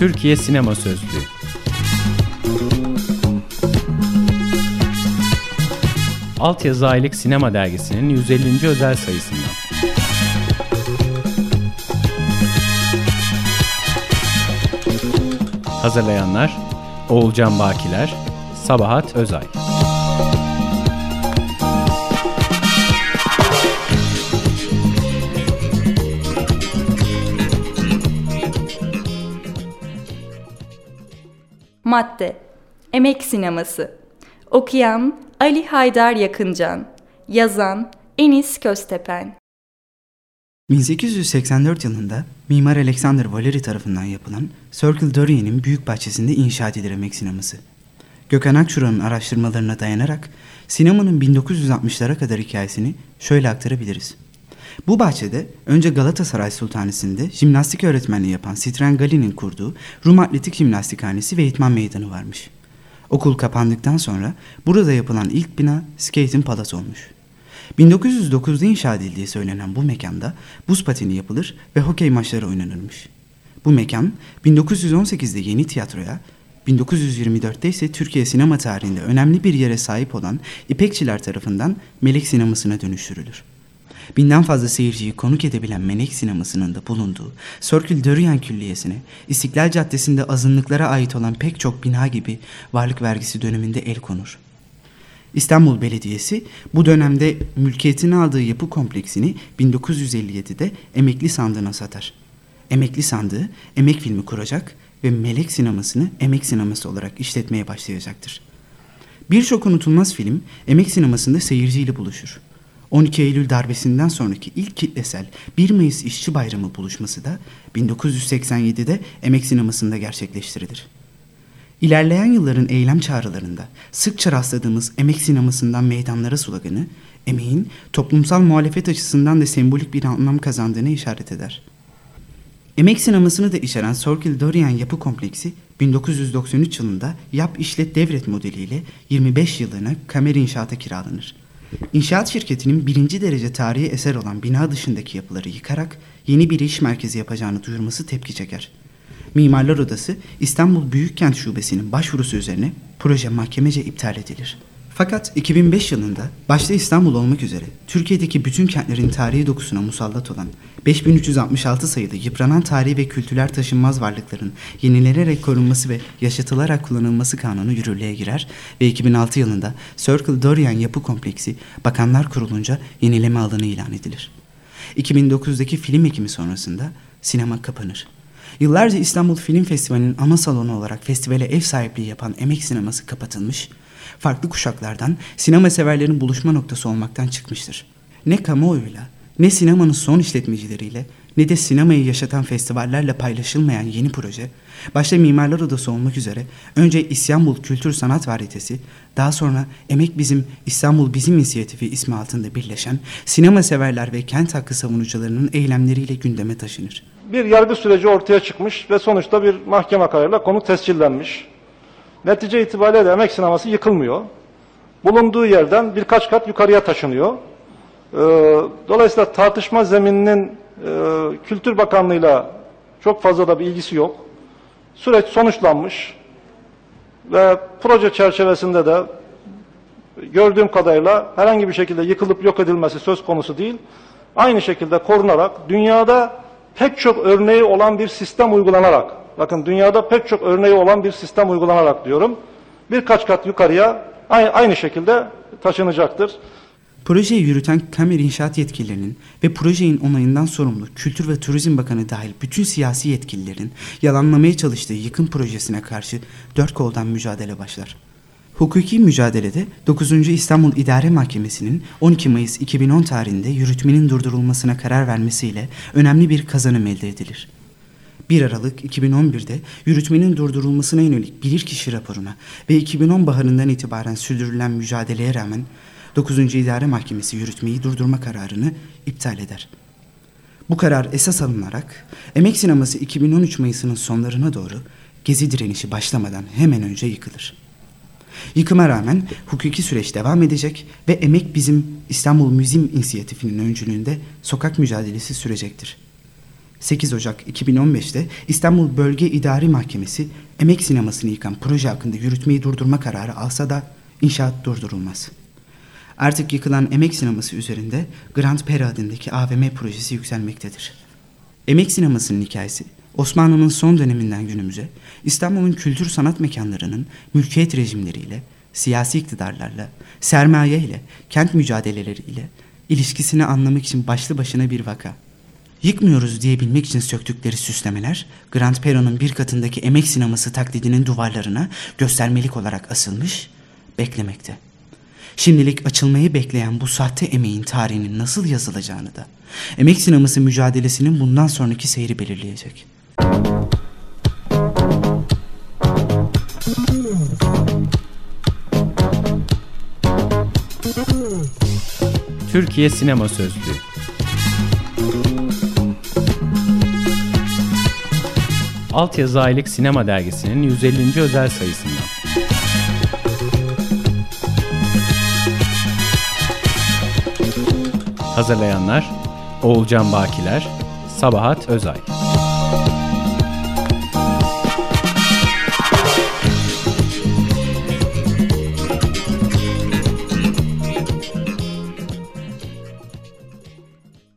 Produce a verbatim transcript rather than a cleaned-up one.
Türkiye Sinema Sözlüğü. Altyazı Aylık Sinema Dergisi'nin yüz ellinci özel sayısından. Hazırlayanlar Oğulcan Bakiler, Sabahat Özay. Madde: Emek Sineması. Okuyan Ali Haydar Yakıncan. Yazan Enis Köztepen. bin sekiz yüz seksen dört yılında Mimar Alexander Valéry tarafından yapılan Circle Dorian'in büyük bahçesinde inşa edilir emek sineması. Gökhan Akçura'nın araştırmalarına dayanarak sinemanın bin dokuz yüz altmışlara kadar hikayesini şöyle aktarabiliriz. Bu bahçede önce Galatasaray Sultanesi'nde jimnastik öğretmenliği yapan Citren Galli'nin kurduğu Rum Atletik Jimnastikhanesi ve İtman Meydanı varmış. Okul kapandıktan sonra burada yapılan ilk bina Skating Palace olmuş. bin dokuz yüz dokuzda inşa edildiği söylenen bu mekanda buz pateni yapılır ve hokey maçları oynanırmış. Bu mekan bin dokuz yüz on sekizde Yeni Tiyatro'ya, bin dokuz yüz yirmi dörtte ise Türkiye sinema tarihinde önemli bir yere sahip olan İpekçiler tarafından Melek Sineması'na dönüştürülür. Binden fazla seyirciyi konuk edebilen Melek Sineması'nın da bulunduğu Circle Dorian Külliyesi'ne İstiklal Caddesi'nde azınlıklara ait olan pek çok bina gibi varlık vergisi döneminde el konur. İstanbul Belediyesi bu dönemde mülkiyetine aldığı yapı kompleksini bin dokuz yüz elli yedide Emekli Sandığı'na satar. Emekli Sandığı emek filmi kuracak ve Melek Sineması'nı emek sineması olarak işletmeye başlayacaktır. Birçok unutulmaz film emek sinemasında seyirciyle buluşur. on iki Eylül darbesinden sonraki ilk kitlesel bir Mayıs İşçi Bayramı buluşması da bin dokuz yüz seksen yedide emek sinemasında gerçekleştirilir. İlerleyen yılların eylem çağrılarında sıkça rastladığımız emek sinemasından meydanlara sloganı, emeğin toplumsal muhalefet açısından da sembolik bir anlam kazandığını işaret eder. Emek sinemasını da içeren Circle Dorian yapı kompleksi bin dokuz yüz doksan üç yılında yap işlet devret modeliyle yirmi beş yıllığına Kamer İnşaat'a kiralanır. İnşaat şirketinin birinci derece tarihi eser olan bina dışındaki yapıları yıkarak yeni bir iş merkezi yapacağını duyurması tepki çeker. Mimarlar Odası İstanbul Büyükkent Şubesi'nin başvurusu üzerine proje mahkemece iptal edilir. Fakat iki bin beş yılında başta İstanbul olmak üzere Türkiye'deki bütün kentlerin tarihi dokusuna musallat olan beş bin üç yüz altmış altı sayılı yıpranan tarihi ve kültürel taşınmaz varlıkların yenilenerek korunması ve yaşatılarak kullanılması kanunu yürürlüğe girer ve iki bin altı yılında Circle Dorian yapı kompleksi Bakanlar Kurulu'nca yenileme alanı ilan edilir. iki bin dokuzdaki film ekimi sonrasında sinema kapanır. Yıllarca İstanbul Film Festivali'nin ana salonu olarak festivale ev sahipliği yapan emek sineması kapatılmış, farklı kuşaklardan sinema severlerin buluşma noktası olmaktan çıkmıştır. Ne kamuoyuyla, ne sinemanın son işletmecileriyle, ne de sinemayı yaşatan festivallerle paylaşılmayan yeni proje, başta Mimarlar Odası olmak üzere önce İstanbul Kültür Sanat Varyetesi, daha sonra Emek Bizim, İstanbul Bizim İnisiyatifi ismi altında birleşen sinema severler ve kent hakkı savunucularının eylemleriyle gündeme taşınır. Bir yargı süreci ortaya çıkmış ve sonuçta bir mahkeme kararıyla konu tescillenmiş. Netice itibariyle de emek sineması yıkılmıyor. Bulunduğu yerden birkaç kat yukarıya taşınıyor. Ee, dolayısıyla tartışma zemininin e, Kültür Bakanlığı'yla çok fazla da bir ilgisi yok. Süreç sonuçlanmış ve proje çerçevesinde de gördüğüm kadarıyla herhangi bir şekilde yıkılıp yok edilmesi söz konusu değil. Aynı şekilde korunarak dünyada pek çok örneği olan bir sistem uygulanarak, bakın dünyada pek çok örneği olan bir sistem uygulanarak diyorum, birkaç kat yukarıya aynı şekilde taşınacaktır. Projeyi yürüten Kamer İnşaat yetkililerinin ve projenin onayından sorumlu Kültür ve Turizm Bakanı dahil bütün siyasi yetkililerin yalanlamaya çalıştığı yıkım projesine karşı dört koldan mücadele başlar. Hukuki mücadelede dokuzuncu İstanbul İdare Mahkemesi'nin on iki Mayıs iki bin on tarihinde yürütmenin durdurulmasına karar vermesiyle önemli bir kazanım elde edilir. bir Aralık iki bin on birde yürütmenin durdurulmasına yönelik bilirkişi raporuna ve iki bin on baharından itibaren sürdürülen mücadeleye rağmen dokuzuncu İdare Mahkemesi yürütmeyi durdurma kararını iptal eder. Bu karar esas alınarak emek sineması iki bin on üç Mayıs'ının sonlarına doğru Gezi direnişi başlamadan hemen önce yıkılır. Yıkıma rağmen hukuki süreç devam edecek ve Emek Bizim İstanbul Müzim İnisiyatifi'nin öncülüğünde sokak mücadelesi sürecektir. sekiz Ocak iki bin on beşte İstanbul Bölge İdari Mahkemesi emek sinemasını yıkan proje hakkında yürütmeyi durdurma kararı alsa da inşaat durdurulmaz. Artık yıkılan emek sineması üzerinde Grand Pera adındaki A V M projesi yükselmektedir. Emek sinemasının hikayesi Osmanlı'nın son döneminden günümüze İstanbul'un kültür sanat mekanlarının mülkiyet rejimleriyle, siyasi iktidarlarla, sermaye ile, kent mücadeleleriyle ilişkisini anlamak için başlı başına bir vaka. Yıkmıyoruz diyebilmek için söktükleri süslemeler, Grand Pera'nın bir katındaki emek sineması taklidinin duvarlarına göstermelik olarak asılmış, beklemekte. Şimdilik açılmayı bekleyen bu sahte emeğin tarihinin nasıl yazılacağını da, emek sineması mücadelesinin bundan sonraki seyri belirleyecek. Türkiye Sinema Sözlüğü. Altyazı Aylık Sinema Dergisi'nin yüz ellinci özel sayısından. Hazırlayanlar Oğulcan Bakiler, Sabahat Özay.